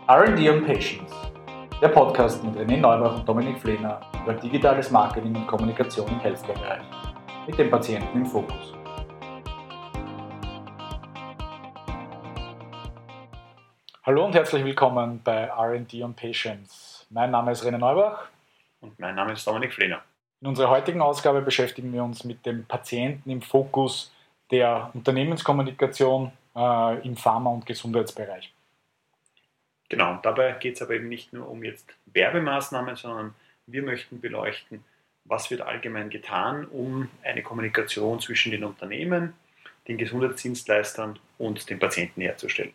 R&D und Patience, der Podcast mit René Neubach und Dominik Flehner über digitales Marketing und Kommunikation im Healthcare-Bereich, mit dem Patienten im Fokus. Hallo und herzlich willkommen bei R&D und Patience. Mein Name ist René Neubach. Und mein Name ist Dominik Flehner. In unserer heutigen Ausgabe beschäftigen wir uns mit dem Patienten im Fokus der Unternehmenskommunikation im Pharma- und Gesundheitsbereich. Genau, und dabei geht es aber eben nicht nur um jetzt Werbemaßnahmen, sondern wir möchten beleuchten, was wird allgemein getan, um eine Kommunikation zwischen den Unternehmen, den Gesundheitsdienstleistern und den Patienten herzustellen.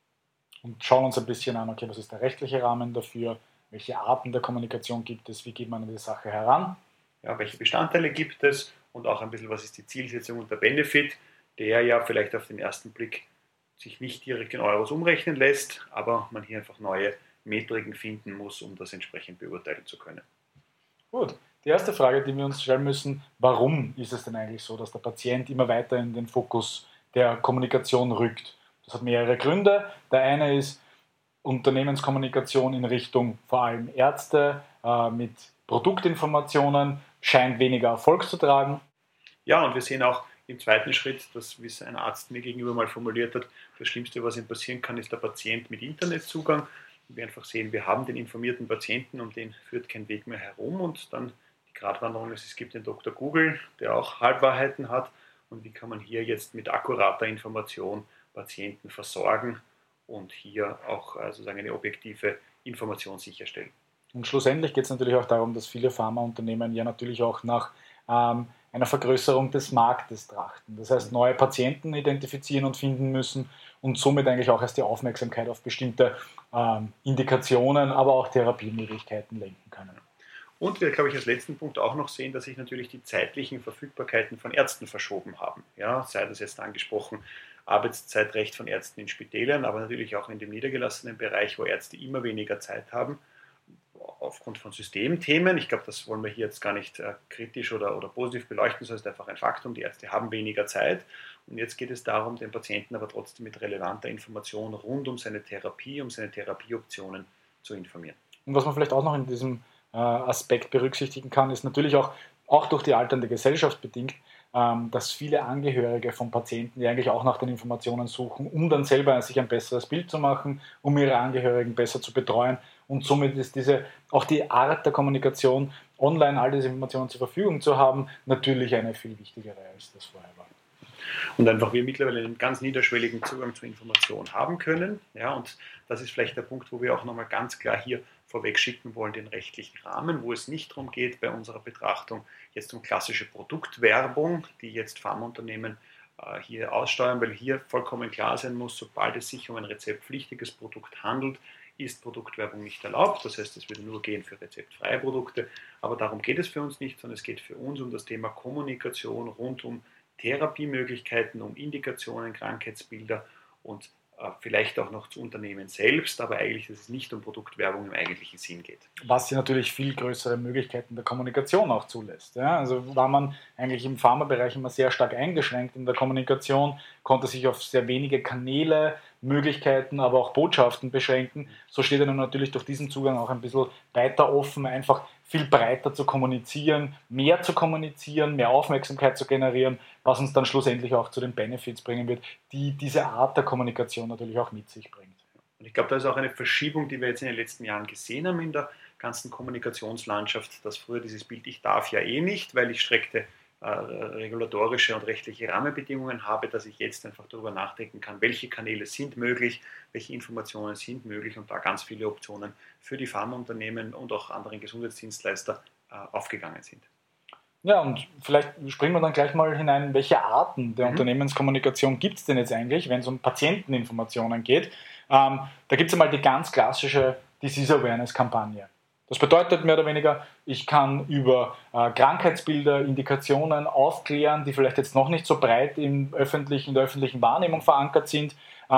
Und schauen uns ein bisschen an, okay, was ist der rechtliche Rahmen dafür, welche Arten der Kommunikation gibt es, wie geht man an die Sache heran. Ja, welche Bestandteile gibt es und auch ein bisschen, was ist die Zielsetzung und der Benefit, der ja vielleicht auf den ersten Blick sich nicht direkt in Euros umrechnen lässt, aber man hier einfach neue Metriken finden muss, um das entsprechend beurteilen zu können. Gut, die erste Frage, die wir uns stellen müssen, warum ist es denn eigentlich so, dass der Patient immer weiter in den Fokus der Kommunikation rückt? Das hat mehrere Gründe. Der eine ist Unternehmenskommunikation in Richtung vor allem Ärzte mit Produktinformationen scheint weniger Erfolg zu tragen. Ja, und wir sehen auch im zweiten Schritt, dass, wie es ein Arzt mir gegenüber mal formuliert hat, das Schlimmste, was ihm passieren kann, ist der Patient mit Internetzugang. Und wir einfach sehen, wir haben den informierten Patienten, um den führt kein Weg mehr herum. Und dann die Gratwanderung ist, es gibt den Dr. Google, der auch Halbwahrheiten hat. Und wie kann man hier jetzt mit akkurater Information Patienten versorgen und hier auch sozusagen eine objektive Information sicherstellen. Und schlussendlich geht es natürlich auch darum, dass viele Pharmaunternehmen ja natürlich auch nach einer Vergrößerung des Marktes trachten. Das heißt, neue Patienten identifizieren und finden müssen und somit eigentlich auch erst die Aufmerksamkeit auf bestimmte Indikationen, aber auch Therapiemöglichkeiten lenken können. Und wir, glaube ich, als letzten Punkt auch noch sehen, dass sich natürlich die zeitlichen Verfügbarkeiten von Ärzten verschoben haben. Ja, sei das jetzt angesprochen, Arbeitszeitrecht von Ärzten in Spitälern, aber natürlich auch in dem niedergelassenen Bereich, wo Ärzte immer weniger Zeit haben, aufgrund von Systemthemen. Ich glaube, das wollen wir hier jetzt gar nicht kritisch oder positiv beleuchten, sondern es ist einfach ein Faktum, die Ärzte haben weniger Zeit. Und jetzt geht es darum, den Patienten aber trotzdem mit relevanter Information rund um seine Therapie, um seine Therapieoptionen zu informieren. Und was man vielleicht auch noch in diesem Aspekt berücksichtigen kann, ist natürlich auch durch die alternde Gesellschaft bedingt, dass viele Angehörige von Patienten, die eigentlich auch nach den Informationen suchen, um dann selber sich ein besseres Bild zu machen, um ihre Angehörigen besser zu betreuen. Und somit ist auch die Art der Kommunikation, online all diese Informationen zur Verfügung zu haben, natürlich eine viel wichtigere, als das vorher war. Und einfach wir mittlerweile einen ganz niederschwelligen Zugang zu Informationen haben können. Ja, und das ist vielleicht der Punkt, wo wir auch nochmal ganz klar hier vorweg schicken wollen, den rechtlichen Rahmen, wo es nicht darum geht, bei unserer Betrachtung jetzt um klassische Produktwerbung, die jetzt Pharmaunternehmen hier aussteuern, weil hier vollkommen klar sein muss, sobald es sich um ein rezeptpflichtiges Produkt handelt, ist Produktwerbung nicht erlaubt. Das heißt, es würde nur gehen für rezeptfreie Produkte. Aber darum geht es für uns nicht, sondern es geht für uns um das Thema Kommunikation rund um Therapiemöglichkeiten, um Indikationen, Krankheitsbilder und vielleicht auch noch zu Unternehmen selbst, aber eigentlich, dass es nicht um Produktwerbung im eigentlichen Sinn geht. Was ja natürlich viel größere Möglichkeiten der Kommunikation auch zulässt. Ja? Also war man eigentlich im Pharmabereich immer sehr stark eingeschränkt in der Kommunikation, konnte sich auf sehr wenige Kanäle, Möglichkeiten, aber auch Botschaften beschränken. So steht er natürlich durch diesen Zugang auch ein bisschen weiter offen, einfach viel breiter zu kommunizieren, mehr Aufmerksamkeit zu generieren, was uns dann schlussendlich auch zu den Benefits bringen wird, die diese Art der Kommunikation natürlich auch mit sich bringt. Und ich glaube, da ist auch eine Verschiebung, die wir jetzt in den letzten Jahren gesehen haben in der ganzen Kommunikationslandschaft, dass früher dieses Bild, ich darf ja eh nicht, weil ich streckte regulatorische und rechtliche Rahmenbedingungen habe, dass ich jetzt einfach darüber nachdenken kann, welche Kanäle sind möglich, welche Informationen sind möglich und da ganz viele Optionen für die Pharmaunternehmen und auch anderen Gesundheitsdienstleister aufgegangen sind. Ja, und vielleicht springen wir dann gleich mal hinein, welche Arten der Unternehmenskommunikation gibt es denn jetzt eigentlich, wenn es um Patienteninformationen geht. Da gibt es einmal die ganz klassische Disease Awareness-Kampagne. Das bedeutet mehr oder weniger, ich kann über Krankheitsbilder, Indikationen aufklären, die vielleicht jetzt noch nicht so breit in der öffentlichen Wahrnehmung verankert sind.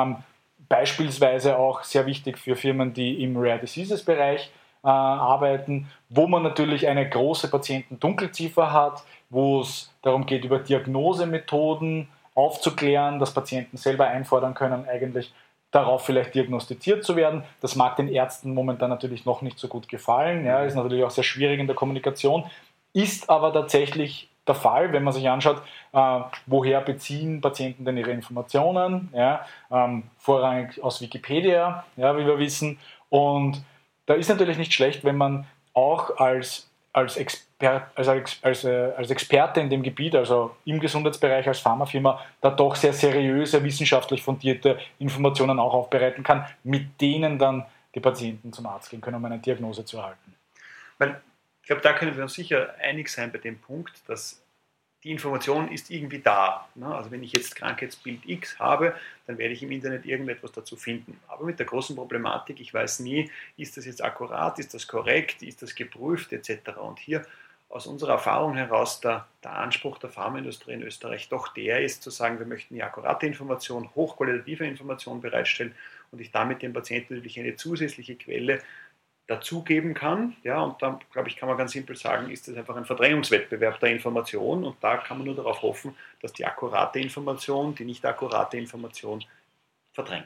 Beispielsweise auch sehr wichtig für Firmen, die im Rare Diseases Bereich arbeiten, wo man natürlich eine große Patientendunkelziffer hat, wo es darum geht, über Diagnosemethoden aufzuklären, dass Patienten selber einfordern können, eigentlich darauf vielleicht diagnostiziert zu werden. Das mag den Ärzten momentan natürlich noch nicht so gut gefallen, ja, ist natürlich auch sehr schwierig in der Kommunikation, ist aber tatsächlich der Fall, wenn man sich anschaut, woher beziehen Patienten denn ihre Informationen, ja, vorrangig aus Wikipedia, ja, wie wir wissen. Und da ist natürlich nicht schlecht, wenn man auch als Experte in dem Gebiet, also im Gesundheitsbereich als Pharmafirma, da doch sehr seriöse, wissenschaftlich fundierte Informationen auch aufbereiten kann, mit denen dann die Patienten zum Arzt gehen können, um eine Diagnose zu erhalten. Weil ich glaube, da können wir uns sicher einig sein bei dem Punkt, dass die Information ist irgendwie da. Also wenn ich jetzt Krankheitsbild X habe, dann werde ich im Internet irgendetwas dazu finden. Aber mit der großen Problematik, ich weiß nie, ist das jetzt akkurat, ist das korrekt, ist das geprüft etc. Und hier aus unserer Erfahrung heraus der Anspruch der Pharmaindustrie in Österreich doch der ist, zu sagen, wir möchten die akkurate Information, hochqualitative Information bereitstellen und ich damit dem Patienten natürlich eine zusätzliche Quelle dazugeben kann. Ja, und dann, glaube ich, kann man ganz simpel sagen, ist das einfach ein Verdrängungswettbewerb der Information und da kann man nur darauf hoffen, dass die akkurate Information die nicht akkurate Information verdrängt.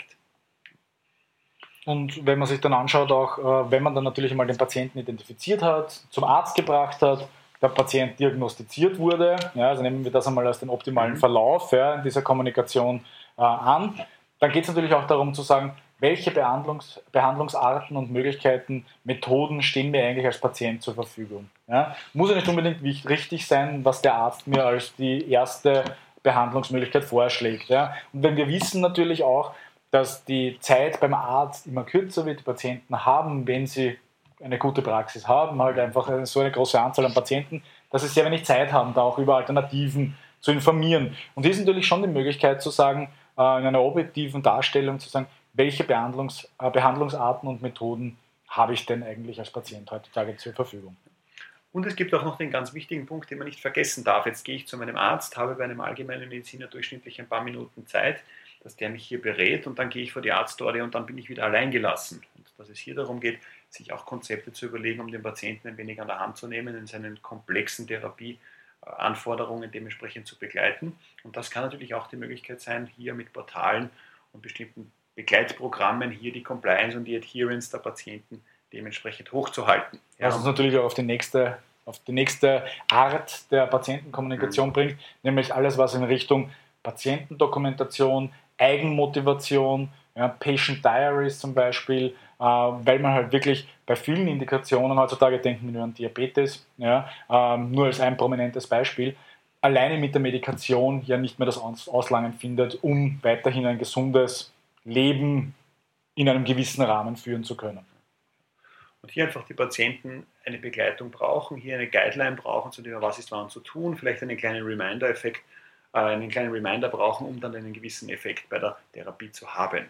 Und wenn man sich dann anschaut, auch wenn man dann natürlich mal den Patienten identifiziert hat, zum Arzt gebracht hat, der Patient diagnostiziert wurde, ja, also nehmen wir das einmal als den optimalen Verlauf in dieser Kommunikation an, dann geht es natürlich auch darum zu sagen, welche Behandlungsarten und Möglichkeiten, Methoden stehen mir eigentlich als Patient zur Verfügung. Ja? Muss ja nicht unbedingt richtig sein, was der Arzt mir als die erste Behandlungsmöglichkeit vorschlägt. Ja? Und wenn wir wissen natürlich auch, dass die Zeit beim Arzt immer kürzer wird, die Patienten haben, wenn sie eine gute Praxis haben, halt einfach so eine große Anzahl an Patienten, dass sie sehr wenig Zeit haben, da auch über Alternativen zu informieren. Und hier ist natürlich schon die Möglichkeit zu sagen, in einer objektiven Darstellung zu sagen, welche Behandlungsarten und Methoden habe ich denn eigentlich als Patient heutzutage zur Verfügung. Und es gibt auch noch den ganz wichtigen Punkt, den man nicht vergessen darf. Jetzt gehe ich zu meinem Arzt, habe bei einem allgemeinen Mediziner durchschnittlich ein paar Minuten Zeit, dass der mich hier berät und dann gehe ich vor die Arztorde und dann bin ich wieder allein gelassen. Und dass es hier darum geht, sich auch Konzepte zu überlegen, um den Patienten ein wenig an der Hand zu nehmen, in seinen komplexen Therapieanforderungen dementsprechend zu begleiten. Und das kann natürlich auch die Möglichkeit sein, hier mit Portalen und bestimmten Begleitprogrammen hier die Compliance und die Adherence der Patienten dementsprechend hochzuhalten. Ja, was uns natürlich auch auf die nächste Art der Patientenkommunikation bringt, nämlich alles, was in Richtung Patientendokumentation, Eigenmotivation, ja, Patient Diaries zum Beispiel, weil man halt wirklich bei vielen Indikationen heutzutage, denken wir nur an Diabetes, ja, nur als ein prominentes Beispiel, alleine mit der Medikation ja nicht mehr das Auslangen findet, um weiterhin ein gesundes Leben in einem gewissen Rahmen führen zu können. Und hier einfach die Patienten eine Begleitung brauchen, hier eine Guideline brauchen, zu dem, was ist wann zu tun, vielleicht einen kleinen Reminder-Effekt, einen kleinen Reminder brauchen, um dann einen gewissen Effekt bei der Therapie zu haben.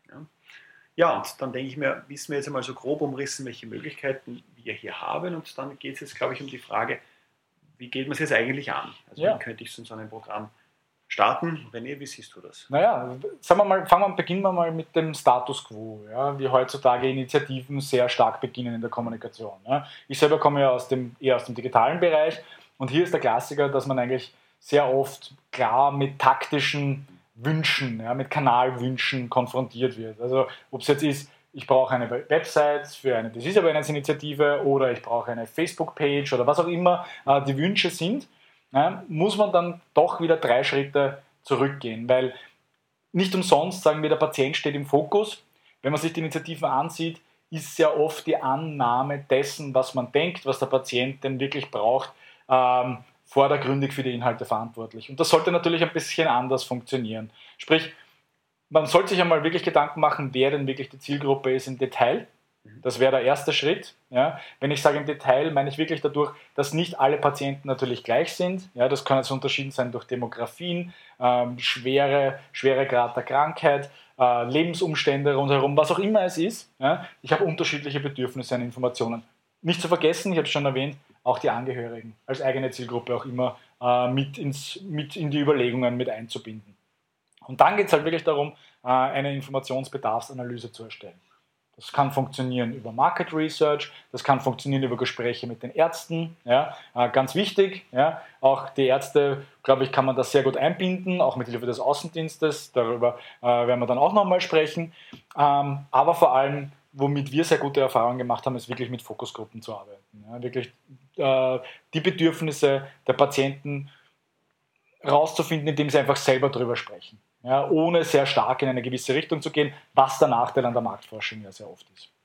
Ja, und dann denke ich mir, wissen wir jetzt einmal so grob umrissen, welche Möglichkeiten wir hier haben und dann geht es jetzt, glaube ich, um die Frage, wie geht man es jetzt eigentlich an? Also wie könnte ich so ein Programm starten? René, wie siehst du das? Naja, beginnen wir mal mit dem Status Quo, ja, wie heutzutage Initiativen sehr stark beginnen in der Kommunikation. Ja. Ich selber komme ja eher aus dem digitalen Bereich und hier ist der Klassiker, dass man eigentlich sehr oft klar mit taktischen Wünschen, ja, mit Kanalwünschen konfrontiert wird. Also ob es jetzt ist, ich brauche eine Website für eine Disease Awareness Initiative oder ich brauche eine Facebook-Page oder was auch immer die Wünsche sind, muss man dann doch wieder 3 Schritte zurückgehen, weil nicht umsonst sagen wir, der Patient steht im Fokus. Wenn man sich die Initiativen ansieht, ist sehr oft die Annahme dessen, was man denkt, was der Patient denn wirklich braucht, vordergründig für die Inhalte verantwortlich. Und das sollte natürlich ein bisschen anders funktionieren. Sprich, man sollte sich einmal wirklich Gedanken machen, wer denn wirklich die Zielgruppe ist im Detail. Das wäre der erste Schritt. Ja. Wenn ich sage im Detail, meine ich wirklich dadurch, dass nicht alle Patienten natürlich gleich sind. Ja, das kann jetzt unterschieden sein durch Demografien, schwere Grad der Krankheit, Lebensumstände rundherum, was auch immer es ist. Ja. Ich habe unterschiedliche Bedürfnisse an Informationen. Nicht zu vergessen, ich habe es schon erwähnt, auch die Angehörigen als eigene Zielgruppe auch immer mit in die Überlegungen mit einzubinden. Und dann geht es halt wirklich darum, eine Informationsbedarfsanalyse zu erstellen. Das kann funktionieren über Market Research, das kann funktionieren über Gespräche mit den Ärzten, ja, ganz wichtig. Ja. Auch die Ärzte, glaube ich, kann man das sehr gut einbinden, auch mit Hilfe des Außendienstes, darüber werden wir dann auch nochmal sprechen. Aber vor allem, womit wir sehr gute Erfahrungen gemacht haben, ist wirklich mit Fokusgruppen zu arbeiten. Ja. Wirklich die Bedürfnisse der Patienten rauszufinden, indem sie einfach selber drüber sprechen. Ja, ohne sehr stark in eine gewisse Richtung zu gehen, was der Nachteil an der Marktforschung ja sehr oft ist.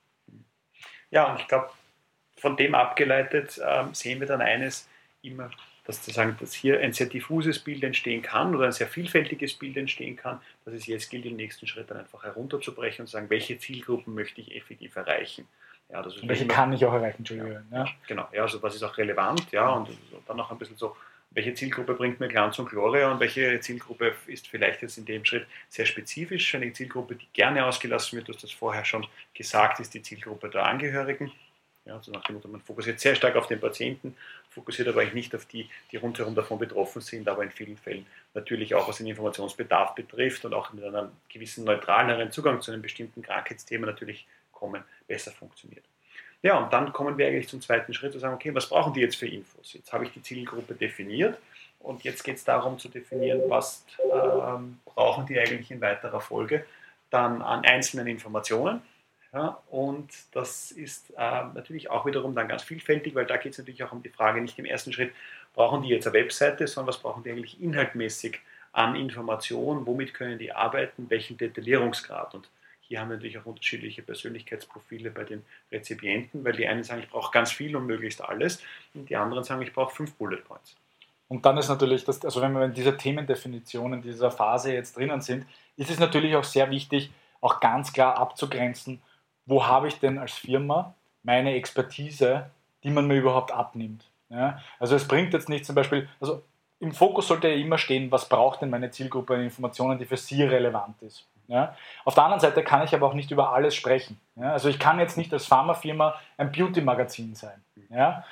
Ja, und ich glaube, von dem abgeleitet sehen wir dann eines immer, dass hier ein sehr diffuses Bild entstehen kann oder ein sehr vielfältiges Bild entstehen kann, dass es jetzt gilt, den nächsten Schritt dann einfach herunterzubrechen und zu sagen, welche Zielgruppen möchte ich effektiv erreichen. Ja, das ist welche kann ich auch erreichen, Entschuldigung. Ja, genau, ja, also was ist auch relevant, ja, und dann noch ein bisschen so, welche Zielgruppe bringt mir Glanz und Gloria und welche Zielgruppe ist vielleicht jetzt in dem Schritt sehr spezifisch. Eine Zielgruppe, die gerne ausgelassen wird, du hast das vorher schon gesagt, ist die Zielgruppe der Angehörigen. Ja, also nach dem Motto, man fokussiert sehr stark auf den Patienten, fokussiert aber eigentlich nicht auf die rundherum davon betroffen sind, aber in vielen Fällen natürlich auch was den Informationsbedarf betrifft und auch mit einem gewissen neutraleren Zugang zu einem bestimmten Krankheitsthema natürlich besser funktioniert. Ja, und dann kommen wir eigentlich zum zweiten Schritt, zu sagen, okay, was brauchen die jetzt für Infos? Jetzt habe ich die Zielgruppe definiert und jetzt geht es darum zu definieren, was brauchen die eigentlich in weiterer Folge dann an einzelnen Informationen. Ja, und das ist natürlich auch wiederum dann ganz vielfältig, weil da geht es natürlich auch um die Frage, nicht im ersten Schritt, brauchen die jetzt eine Webseite, sondern was brauchen die eigentlich inhaltmäßig an Informationen, womit können die arbeiten, welchen Detaillierungsgrad. Und hier haben wir natürlich auch unterschiedliche Persönlichkeitsprofile bei den Rezipienten, weil die einen sagen, ich brauche ganz viel und möglichst alles, und die anderen sagen, ich brauche 5 Bullet Points. Und dann ist natürlich, also wenn wir in dieser Themendefinition, in dieser Phase jetzt drinnen sind, ist es natürlich auch sehr wichtig, auch ganz klar abzugrenzen, wo habe ich denn als Firma meine Expertise, die man mir überhaupt abnimmt. Ja? Also es bringt jetzt nicht zum Beispiel, also im Fokus sollte ja immer stehen, was braucht denn meine Zielgruppe an Informationen, die für sie relevant ist. Ja? Auf der anderen Seite kann ich aber auch nicht über alles sprechen. Ja? Also ich kann jetzt nicht als Pharmafirma ein Beauty-Magazin sein. Ja?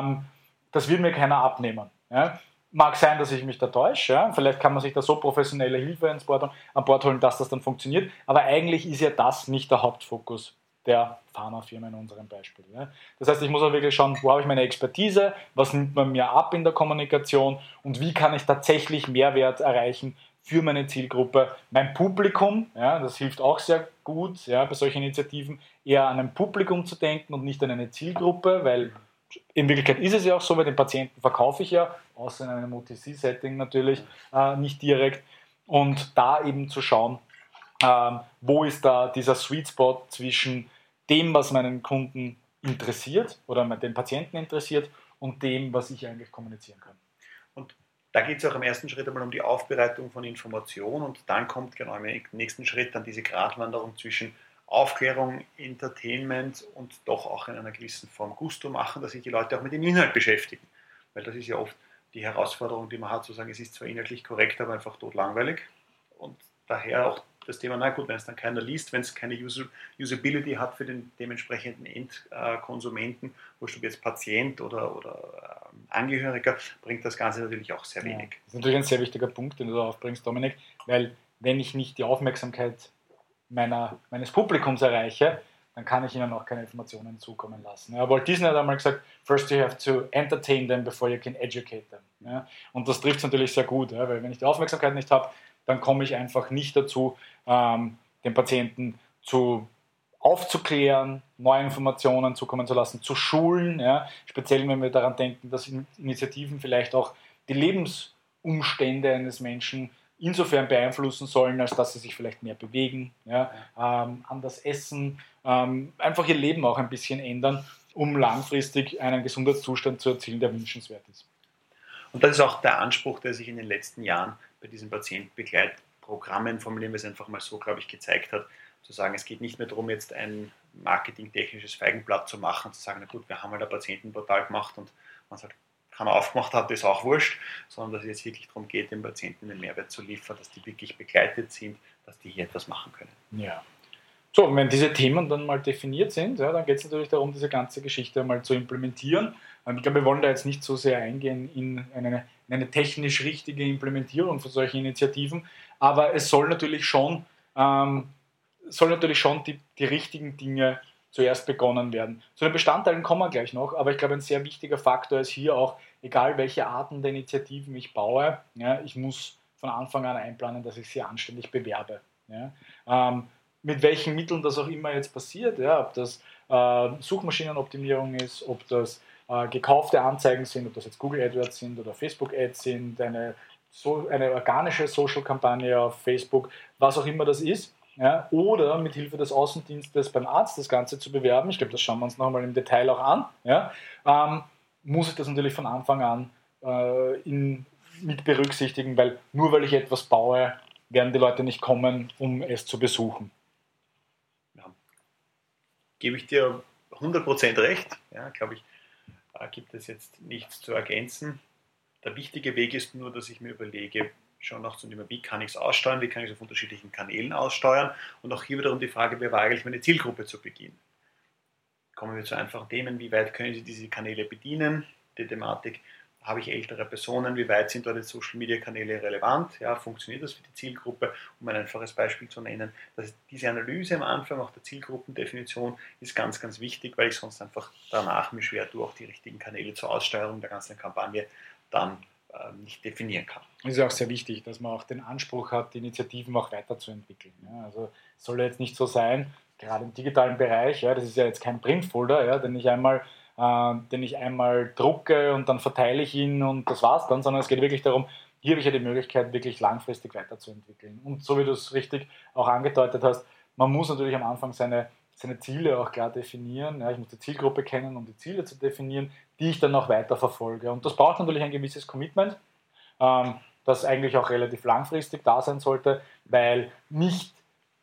Das will mir keiner abnehmen. Ja? Mag sein, dass ich mich da täusche. Ja? Vielleicht kann man sich da so professionelle Hilfe an Bord holen, dass das dann funktioniert. Aber eigentlich ist ja das nicht der Hauptfokus der Pharmafirma in unserem Beispiel. Ja? Das heißt, ich muss auch wirklich schauen, wo habe ich meine Expertise, was nimmt man mir ab in der Kommunikation und wie kann ich tatsächlich Mehrwert erreichen für meine Zielgruppe. Mein Publikum, ja, das hilft auch sehr gut, ja, bei solchen Initiativen eher an ein Publikum zu denken und nicht an eine Zielgruppe, weil in Wirklichkeit ist es ja auch so, bei den Patienten verkaufe ich ja, außer in einem OTC-Setting natürlich, nicht direkt. Und da eben zu schauen, wo ist da dieser Sweet Spot zwischen dem, was meinen Kunden interessiert oder den Patienten interessiert und dem, was ich eigentlich kommunizieren kann. Und da geht es auch im ersten Schritt einmal um die Aufbereitung von Informationen und dann kommt genau im nächsten Schritt dann diese Gratwanderung zwischen Aufklärung, Entertainment und doch auch in einer gewissen Form Gusto machen, dass sich die Leute auch mit dem Inhalt beschäftigen. Weil das ist ja oft die Herausforderung, die man hat, zu sagen, es ist zwar inhaltlich korrekt, aber einfach totlangweilig. Und daher auch das Thema, na gut, wenn es dann keiner liest, wenn es keine Usability hat für den dementsprechenden Endkonsumenten, wurscht ob jetzt Patient oder Angehöriger, bringt das Ganze natürlich auch sehr wenig. Ja, das ist natürlich ein sehr wichtiger Punkt, den du da aufbringst, Dominik, weil wenn ich nicht die Aufmerksamkeit meines Publikums erreiche, dann kann ich ihnen auch keine Informationen zukommen lassen. Ja, Walt Disney hat einmal gesagt, first you have to entertain them before you can educate them. Ja, und das trifft es natürlich sehr gut, ja, weil wenn ich die Aufmerksamkeit nicht habe, dann komme ich einfach nicht dazu, den Patienten aufzuklären, neue Informationen zukommen zu lassen, zu schulen, ja, speziell wenn wir daran denken, dass Initiativen vielleicht auch die Lebensumstände eines Menschen insofern beeinflussen sollen, als dass sie sich vielleicht mehr bewegen, ja, anders essen, einfach ihr Leben auch ein bisschen ändern, um langfristig einen Gesundheitszustand zu erzielen, der wünschenswert ist. Und das ist auch der Anspruch, der sich in den letzten Jahren bei diesen Patientenbegleitprogrammen, formulieren wir es einfach mal so, glaube ich, gezeigt hat, zu sagen, es geht nicht mehr darum, jetzt ein marketingtechnisches Feigenblatt zu machen, zu sagen, na gut, wir haben halt ein Patientenportal gemacht und man sagt, keiner aufgemacht hat, ist auch wurscht, sondern dass es jetzt wirklich darum geht, den Patienten einen Mehrwert zu liefern, dass die wirklich begleitet sind, dass die hier etwas machen können. Ja. So, und wenn diese Themen dann mal definiert sind, ja, dann geht es natürlich darum, diese ganze Geschichte mal zu implementieren. Ich glaube, wir wollen da jetzt nicht so sehr eingehen in eine technisch richtige Implementierung von solchen Initiativen, aber es soll natürlich schon soll natürlich schon die richtigen Dinge zuerst begonnen werden. Zu den Bestandteilen kommen wir gleich noch, aber ich glaube, ein sehr wichtiger Faktor ist hier auch, egal welche Arten der Initiativen ich baue, ja, ich muss von Anfang an einplanen, dass ich sie anständig bewerbe. Ja. Mit welchen Mitteln das auch immer jetzt passiert, ja, ob das Suchmaschinenoptimierung ist, ob das gekaufte Anzeigen sind, ob das jetzt Google AdWords sind oder Facebook Ads sind, eine organische Social-Kampagne auf Facebook, was auch immer das ist. Ja, oder mit Hilfe des Außendienstes beim Arzt das Ganze zu bewerben, ich glaube, das schauen wir uns nochmal im Detail auch an, ja, muss ich das natürlich von Anfang an mit berücksichtigen, weil nur weil ich etwas baue, werden die Leute nicht kommen, um es zu besuchen. Ja. Gebe ich dir 100% recht, ja, glaube ich, gibt es jetzt nichts zu ergänzen. Der wichtige Weg ist nur, dass ich mir überlege, schon noch zum Thema, wie kann ich es aussteuern, wie kann ich es auf unterschiedlichen Kanälen aussteuern und auch hier wiederum die Frage, wer war eigentlich meine Zielgruppe zu Beginn. Kommen wir zu einfachen Themen, wie weit können Sie diese Kanäle bedienen, die Thematik, habe ich ältere Personen, wie weit sind dort die Social-Media-Kanäle relevant, ja, funktioniert das für die Zielgruppe, um ein einfaches Beispiel zu nennen. Diese Analyse am Anfang, auch der Zielgruppendefinition, ist ganz, ganz wichtig, weil ich sonst einfach danach mir schwer tue, auch die richtigen Kanäle zur Aussteuerung der ganzen Kampagne dann nicht definieren kann. Es ist auch sehr wichtig, dass man auch den Anspruch hat, die Initiativen auch weiterzuentwickeln. Ja, also es soll jetzt nicht so sein, gerade im digitalen Bereich, ja, das ist ja jetzt kein Printfolder, ja, den ich einmal drucke und dann verteile ich ihn und das war's dann, sondern es geht wirklich darum, hier habe ich ja die Möglichkeit, wirklich langfristig weiterzuentwickeln. Und so wie du es richtig auch angedeutet hast, man muss natürlich am Anfang seine Ziele auch klar definieren. Ja, ich muss die Zielgruppe kennen, um die Ziele zu definieren, die ich dann noch weiter verfolge. Und das braucht natürlich ein gewisses Commitment, das eigentlich auch relativ langfristig da sein sollte, weil nicht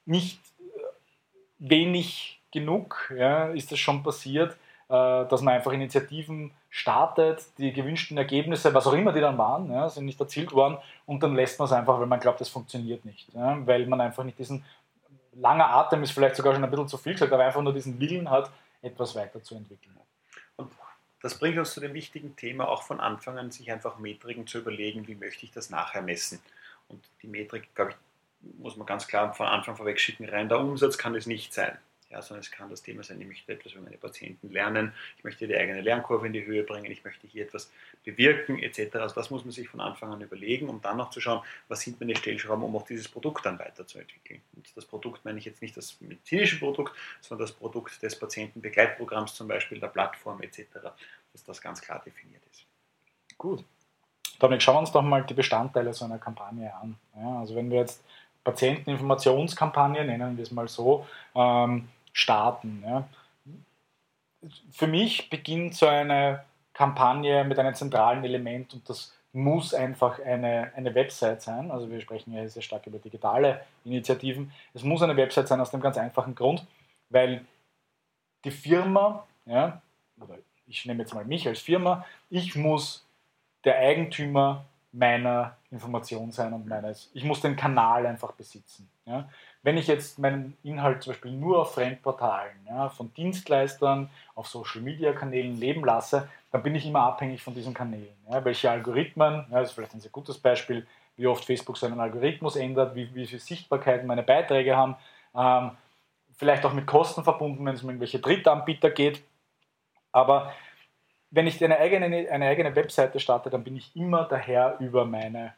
wenig genug, ja, ist es schon passiert, dass man einfach Initiativen startet, die gewünschten Ergebnisse, was auch immer die dann waren, ja, sind nicht erzielt worden und dann lässt man es einfach, weil man glaubt, das funktioniert nicht. Ja, weil man einfach nicht diesen, langer Atem ist vielleicht sogar schon ein bisschen zu viel gesagt, aber einfach nur diesen Willen hat, etwas weiterzuentwickeln. Und das bringt uns zu dem wichtigen Thema, auch von Anfang an sich einfach Metriken zu überlegen, wie möchte ich das nachher messen. Und die Metrik, glaube ich, muss man ganz klar von Anfang vorweg schicken, rein der Umsatz kann es nicht sein. Ja, sondern es kann das Thema sein, ich möchte etwas für meine Patienten lernen, ich möchte die eigene Lernkurve in die Höhe bringen, ich möchte hier etwas bewirken etc. Also das muss man sich von Anfang an überlegen, um dann noch zu schauen, was sind meine Stellschrauben, um auch dieses Produkt dann weiterzuentwickeln. Und das Produkt meine ich jetzt nicht das medizinische Produkt, sondern das Produkt des Patientenbegleitprogramms, zum Beispiel der Plattform etc., dass das ganz klar definiert ist. Gut. Dominik, schauen wir uns doch mal die Bestandteile so einer Kampagne an. Ja, also wenn wir jetzt Patienteninformationskampagne, nennen wir es mal so, starten. Ja. Für mich beginnt so eine Kampagne mit einem zentralen Element und das muss einfach eine Website sein. Also wir sprechen ja sehr stark über digitale Initiativen. Es muss eine Website sein aus dem ganz einfachen Grund, weil die Firma, ja, oder ich nehme jetzt mal mich als Firma, ich muss der Eigentümer meiner Information sein und ich muss den Kanal einfach besitzen. Ja. Wenn ich jetzt meinen Inhalt zum Beispiel nur auf Fremdportalen, ja, von Dienstleistern, auf Social-Media-Kanälen leben lasse, dann bin ich immer abhängig von diesen Kanälen. Ja. Welche Algorithmen, ja, das ist vielleicht ein sehr gutes Beispiel, wie oft Facebook seinen Algorithmus ändert, wie viel Sichtbarkeit meine Beiträge haben, vielleicht auch mit Kosten verbunden, wenn es um irgendwelche Drittanbieter geht. Aber wenn ich eine eigene Webseite starte, dann bin ich immer der Herr über meine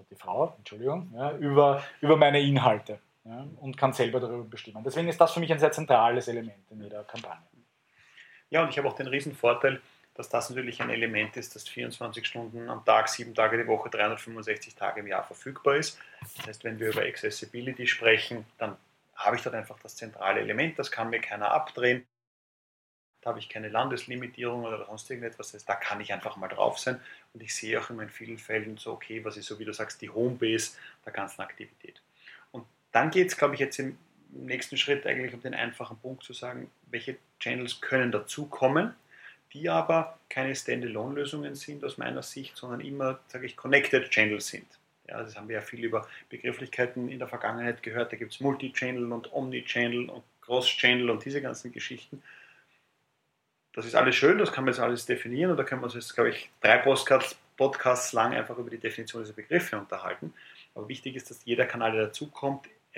Inhalte, ja, und kann selber darüber bestimmen. Deswegen ist das für mich ein sehr zentrales Element in jeder Kampagne. Ja, und ich habe auch den riesen Vorteil, dass das natürlich ein Element ist, das 24 Stunden am Tag, 7 Tage die Woche, 365 Tage im Jahr verfügbar ist. Das heißt, wenn wir über Accessibility sprechen, dann habe ich dort einfach das zentrale Element, das kann mir keiner abdrehen. Da habe ich keine Landeslimitierung oder sonst irgendetwas, das heißt, da kann ich einfach mal drauf sein und ich sehe auch immer in vielen Fällen so, okay, was ist so, wie du sagst, die Homebase der ganzen Aktivität. Und dann geht es, glaube ich, jetzt im nächsten Schritt eigentlich um den einfachen Punkt zu sagen, welche Channels können dazukommen, die aber keine Standalone-Lösungen sind aus meiner Sicht, sondern immer, sage ich, Connected Channels sind. Ja, das haben wir ja viel über Begrifflichkeiten in der Vergangenheit gehört, da gibt es Multi-Channel und Omni-Channel und Cross-Channel und diese ganzen Geschichten. Das ist alles schön, das kann man jetzt alles definieren und da können wir uns jetzt, glaube ich, 3 Podcasts lang einfach über die Definition dieser Begriffe unterhalten. Aber wichtig ist, dass jeder Kanal, der dazukommt,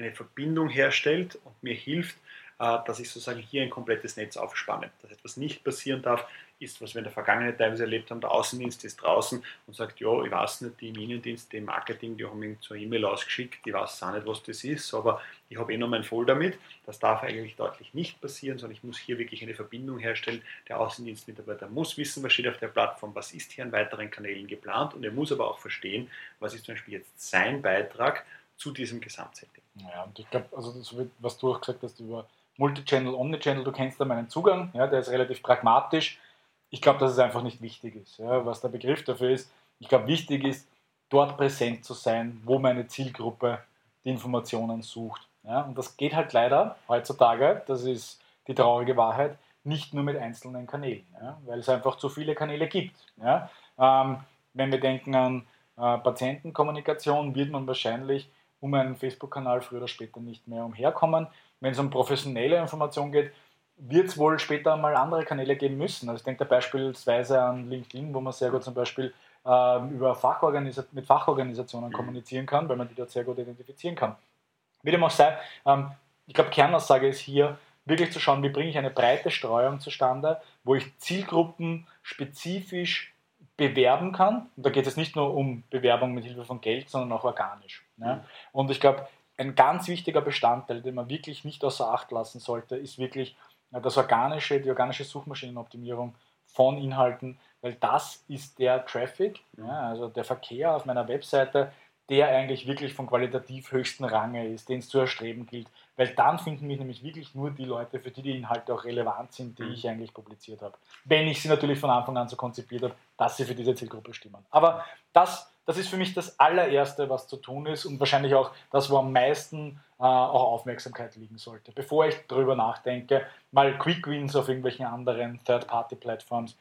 eine Verbindung herstellt und mir hilft, dass ich sozusagen hier ein komplettes Netz aufspanne. Dass etwas nicht passieren darf, ist, was wir in der Vergangenheit teilweise erlebt haben. Der Außendienst ist draußen und sagt, ja, ich weiß nicht, die im Innendienst, die im Marketing, die haben mir so eine E-Mail ausgeschickt, ich weiß auch nicht, was das ist, aber ich habe noch mein Folder mit. Das darf eigentlich deutlich nicht passieren, sondern ich muss hier wirklich eine Verbindung herstellen. Der Außendienstmitarbeiter muss wissen, was steht auf der Plattform, was ist hier an weiteren Kanälen geplant, und er muss aber auch verstehen, was ist zum Beispiel jetzt sein Beitrag zu diesem Gesamtsetting. Ja, und ich glaube, also das, was du auch gesagt hast über Multichannel, Omnichannel, du kennst da meinen Zugang, ja, der ist relativ pragmatisch. Ich glaube, dass es einfach nicht wichtig ist, ja, was der Begriff dafür ist. Ich glaube, wichtig ist, dort präsent zu sein, wo meine Zielgruppe die Informationen sucht. Ja, und das geht halt leider heutzutage, das ist die traurige Wahrheit, nicht nur mit einzelnen Kanälen, ja, weil es einfach zu viele Kanäle gibt. Ja. Wenn wir denken an Patientenkommunikation, wird man wahrscheinlich um einen Facebook-Kanal früher oder später nicht mehr umherkommen. Wenn es um professionelle Information geht, wird es wohl später mal andere Kanäle geben müssen. Also ich denke da beispielsweise an LinkedIn, wo man sehr gut zum Beispiel mit Fachorganisationen kommunizieren kann, weil man die dort sehr gut identifizieren kann. Wie dem auch sei, ich glaube, Kernaussage ist hier, wirklich zu schauen, wie bringe ich eine breite Streuung zustande, wo ich Zielgruppen spezifisch bewerben kann. Und da geht es nicht nur um Bewerbung mit Hilfe von Geld, sondern auch organisch. Ne? Und ich glaube, ein ganz wichtiger Bestandteil, den man wirklich nicht außer Acht lassen sollte, ist wirklich die organische Suchmaschinenoptimierung von Inhalten, weil das ist der Traffic, ja, also der Verkehr auf meiner Webseite, der eigentlich wirklich von qualitativ höchsten Range ist, den es zu erstreben gilt, weil dann finden mich nämlich wirklich nur die Leute, für die die Inhalte auch relevant sind, die ich eigentlich publiziert habe. Wenn ich sie natürlich von Anfang an so konzipiert habe, dass sie für diese Zielgruppe stimmen. Aber das ist für mich das allererste, was zu tun ist, und wahrscheinlich auch das, wo am meisten auch Aufmerksamkeit liegen sollte. Bevor ich darüber nachdenke, mal Quick Wins auf irgendwelchen anderen Third-Party-Plattforms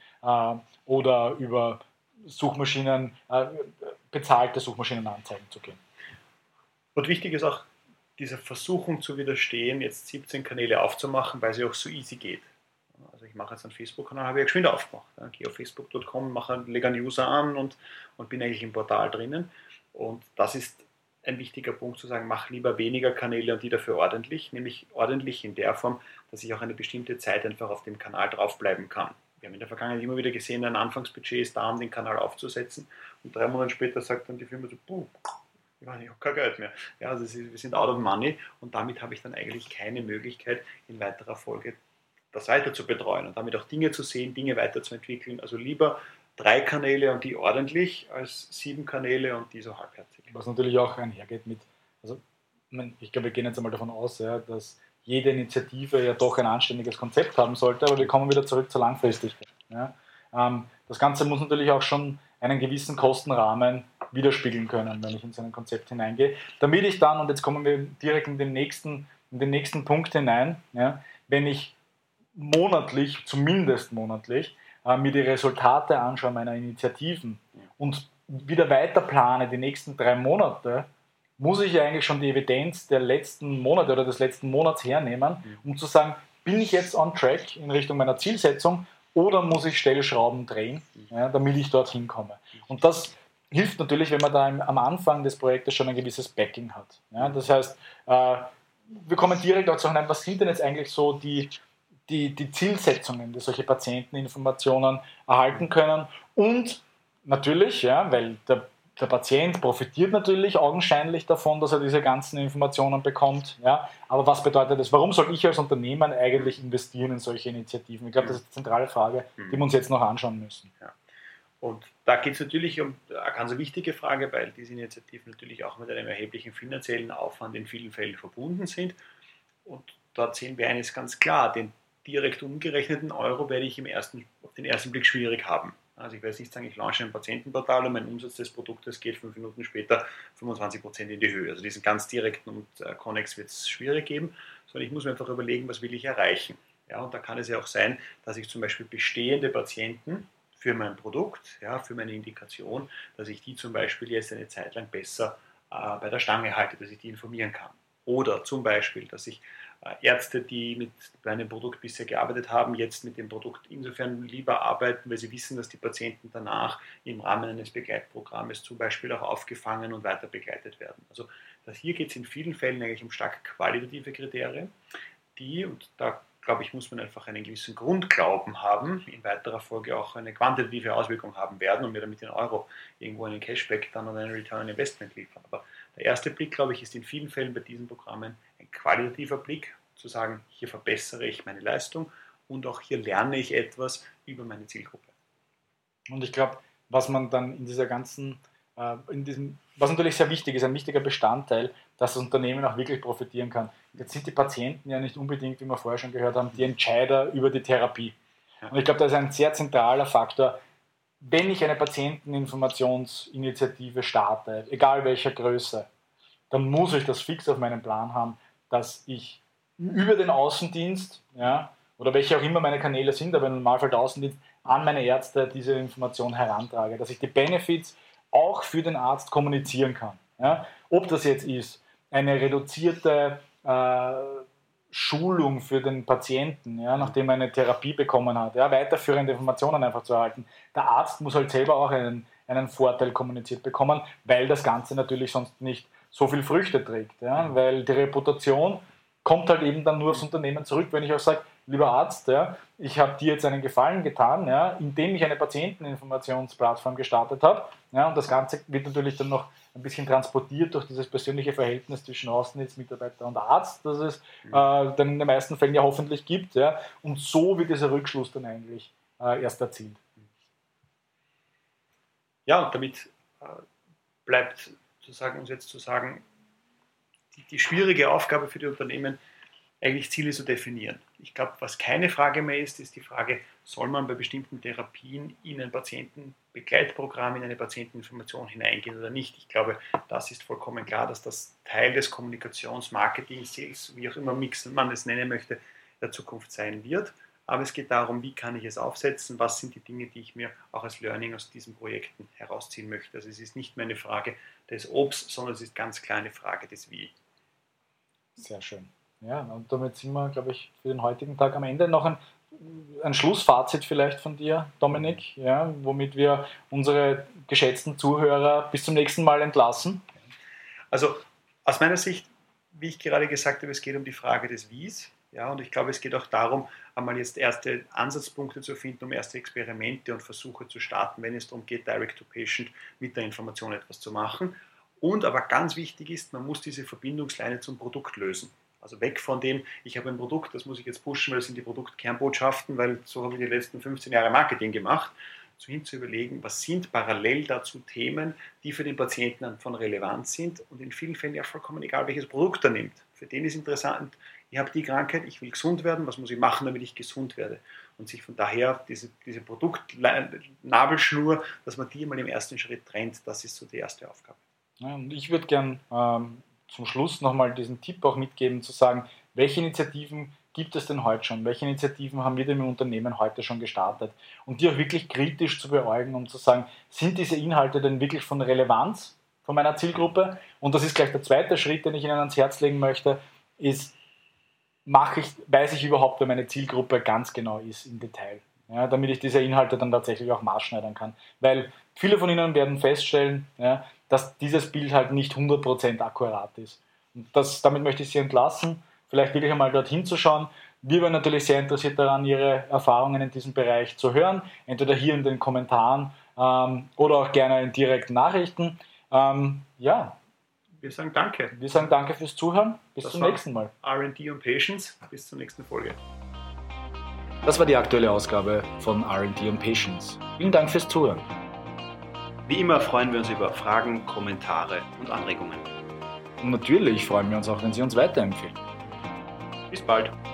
oder über Suchmaschinen, bezahlte Suchmaschinenanzeigen zu gehen. Und wichtig ist auch, dieser Versuchung zu widerstehen, jetzt 17 Kanäle aufzumachen, weil sie auch so easy geht. Also ich mache jetzt einen Facebook-Kanal, habe ich geschwind aufgemacht. Ich gehe auf facebook.com, lege einen User an und bin eigentlich im Portal drinnen. Und das ist ein wichtiger Punkt, zu sagen, mach lieber weniger Kanäle und die dafür ordentlich, nämlich ordentlich in der Form, dass ich auch eine bestimmte Zeit einfach auf dem Kanal draufbleiben kann. Wir haben in der Vergangenheit immer wieder gesehen, ein Anfangsbudget ist da, um den Kanal aufzusetzen, und 3 Monate später sagt dann die Firma so, ich habe kein Geld mehr. Ja, also wir sind out of money, und damit habe ich dann eigentlich keine Möglichkeit, in weiterer Folge das weiter zu betreuen und damit auch Dinge zu sehen, Dinge weiterzuentwickeln. Also lieber 3 Kanäle und die ordentlich, als 7 Kanäle und die so halbherzig. Was natürlich auch einhergeht mit, also ich glaube, wir gehen jetzt einmal davon aus, ja, dass jede Initiative ja doch ein anständiges Konzept haben sollte, aber wir kommen wieder zurück zur Langfristigkeit. Ja. Das Ganze muss natürlich auch schon einen gewissen Kostenrahmen widerspiegeln können, wenn ich in so ein Konzept hineingehe, damit ich dann, und jetzt kommen wir direkt in den nächsten Punkt hinein, ja, wenn ich zumindest monatlich, mir die Resultate anschaue meiner Initiativen und wieder weiter plane die nächsten 3 Monate, muss ich ja eigentlich schon die Evidenz der letzten Monate oder des letzten Monats hernehmen, um zu sagen, bin ich jetzt on track in Richtung meiner Zielsetzung oder muss ich Stellschrauben drehen, ja, damit ich dorthin komme. Und das hilft natürlich, wenn man da am Anfang des Projektes schon ein gewisses Backing hat. Ja, das heißt, wir kommen direkt dazu hinein, was sind denn jetzt eigentlich so die Zielsetzungen, die solche Patienteninformationen erhalten können, und natürlich, ja, weil der Patient profitiert natürlich augenscheinlich davon, dass er diese ganzen Informationen bekommt. Ja, aber was bedeutet das? Warum soll ich als Unternehmen eigentlich investieren in solche Initiativen? Ich glaube, das ist die zentrale Frage, die wir uns jetzt noch anschauen müssen. Ja. Und da geht es natürlich um eine ganz wichtige Frage, weil diese Initiativen natürlich auch mit einem erheblichen finanziellen Aufwand in vielen Fällen verbunden sind. Und dort sehen wir eines ganz klar, den direkt umgerechneten Euro werde ich auf den ersten Blick schwierig haben. Also ich werde jetzt nicht sagen, ich launche ein Patientenportal und mein Umsatz des Produktes geht 5 Minuten später 25% in die Höhe. Also diesen ganz direkten und Connex wird es schwierig geben, sondern ich muss mir einfach überlegen, was will ich erreichen. Ja, und da kann es ja auch sein, dass ich zum Beispiel bestehende Patienten für mein Produkt, ja, für meine Indikation, dass ich die zum Beispiel jetzt eine Zeit lang besser bei der Stange halte, dass ich die informieren kann. Oder zum Beispiel, dass ich Ärzte, die bei einem Produkt bisher gearbeitet haben, jetzt mit dem Produkt insofern lieber arbeiten, weil sie wissen, dass die Patienten danach im Rahmen eines Begleitprogrammes zum Beispiel auch aufgefangen und weiter begleitet werden. Also hier geht es in vielen Fällen eigentlich um stark qualitative Kriterien, die, und da glaube ich, muss man einfach einen gewissen Grundglauben haben, in weiterer Folge auch eine quantitative Auswirkung haben werden und mir damit in Euro irgendwo einen Cashback dann und einen Return on Investment liefern. Aber der erste Blick, glaube ich, ist in vielen Fällen bei diesen Programmen ein qualitativer Blick, zu sagen, hier verbessere ich meine Leistung und auch hier lerne ich etwas über meine Zielgruppe. Und ich glaube, was man dann in dieser ganzen, was natürlich sehr wichtig ist, ein wichtiger Bestandteil, dass das Unternehmen auch wirklich profitieren kann. Jetzt sind die Patienten ja nicht unbedingt, wie wir vorher schon gehört haben, die Entscheider über die Therapie. Und ich glaube, das ist ein sehr zentraler Faktor. Wenn ich eine Patienteninformationsinitiative starte, egal welcher Größe, dann muss ich das fix auf meinem Plan haben, dass ich über den Außendienst, ja, oder welche auch immer meine Kanäle sind, aber im Normalfall der Außendienst, an meine Ärzte diese Information herantrage, dass ich die Benefits auch für den Arzt kommunizieren kann. Ja. Ob das jetzt ist, eine reduzierte Schulung für den Patienten, ja, nachdem er eine Therapie bekommen hat, ja, weiterführende Informationen einfach zu erhalten. Der Arzt muss halt selber auch einen Vorteil kommuniziert bekommen, weil das Ganze natürlich sonst nicht so viel Früchte trägt. Ja, weil die Reputation kommt halt eben dann nur aufs Unternehmen zurück, wenn ich auch sage, lieber Arzt, ja, ich habe dir jetzt einen Gefallen getan, ja, indem ich eine Patienteninformationsplattform gestartet habe. Ja, und das Ganze wird natürlich dann noch ein bisschen transportiert durch dieses persönliche Verhältnis zwischen Außendienstmitarbeiter und Arzt, das es dann in den meisten Fällen ja hoffentlich gibt. Ja, und so wird dieser Rückschluss dann eigentlich erst erzielt. Ja, und damit bleibt uns jetzt zu sagen, die schwierige Aufgabe für die Unternehmen, eigentlich Ziele zu definieren. Ich glaube, was keine Frage mehr ist die Frage, soll man bei bestimmten Therapien in ein Patientenbegleitprogramm, in eine Patienteninformation hineingehen oder nicht. Ich glaube, das ist vollkommen klar, dass das Teil des Kommunikations-, Marketing-, Sales, wie auch immer man es nennen möchte, der Zukunft sein wird. Aber es geht darum, wie kann ich es aufsetzen, was sind die Dinge, die ich mir auch als Learning aus diesen Projekten herausziehen möchte. Also es ist nicht mehr eine Frage des Obs, sondern es ist ganz klar eine Frage des Wie. Sehr schön. Ja, und damit sind wir, glaube ich, für den heutigen Tag am Ende. Noch ein Schlussfazit vielleicht von dir, Dominik, ja, womit wir unsere geschätzten Zuhörer bis zum nächsten Mal entlassen. Also aus meiner Sicht, wie ich gerade gesagt habe, es geht um die Frage des Wies. Ja, und ich glaube, es geht auch darum, einmal jetzt erste Ansatzpunkte zu finden, um erste Experimente und Versuche zu starten, wenn es darum geht, Direct-to-Patient mit der Information etwas zu machen. Und aber ganz wichtig ist, man muss diese Verbindungsleine zum Produkt lösen. Also weg von dem, ich habe ein Produkt, das muss ich jetzt pushen, weil es sind die Produktkernbotschaften, weil so habe ich die letzten 15 Jahre Marketing gemacht, so hin zu überlegen, was sind parallel dazu Themen, die für den Patienten von Relevanz sind und in vielen Fällen ja vollkommen egal, welches Produkt er nimmt. Für den ist interessant, ich habe die Krankheit, ich will gesund werden, was muss ich machen, damit ich gesund werde? Und sich von daher diese Produktnabelschnur, dass man die mal im ersten Schritt trennt, das ist so die erste Aufgabe. Ja, und ich würde gern zum Schluss nochmal diesen Tipp auch mitgeben, zu sagen, welche Initiativen gibt es denn heute schon? Welche Initiativen haben wir denn im Unternehmen heute schon gestartet? Und die auch wirklich kritisch zu beäugen, um zu sagen, sind diese Inhalte denn wirklich von Relevanz von meiner Zielgruppe? Und das ist gleich der zweite Schritt, den ich Ihnen ans Herz legen möchte, ist, weiß ich überhaupt, wer meine Zielgruppe ganz genau ist im Detail? Ja, damit ich diese Inhalte dann tatsächlich auch maßschneidern kann. Weil viele von Ihnen werden feststellen, ja, dass dieses Bild halt nicht 100% akkurat ist. Und damit möchte ich Sie entlassen, vielleicht wirklich einmal dorthin zu schauen. Wir waren natürlich sehr interessiert daran, Ihre Erfahrungen in diesem Bereich zu hören, entweder hier in den Kommentaren oder auch gerne in direkten Nachrichten. Ja. Wir sagen Danke. Wir sagen Danke fürs Zuhören. Bis zum nächsten Mal. R&D und Patience. Bis zur nächsten Folge. Das war die aktuelle Ausgabe von R&D und Patience. Vielen Dank fürs Zuhören. Wie immer freuen wir uns über Fragen, Kommentare und Anregungen. Und natürlich freuen wir uns auch, wenn Sie uns weiterempfehlen. Bis bald.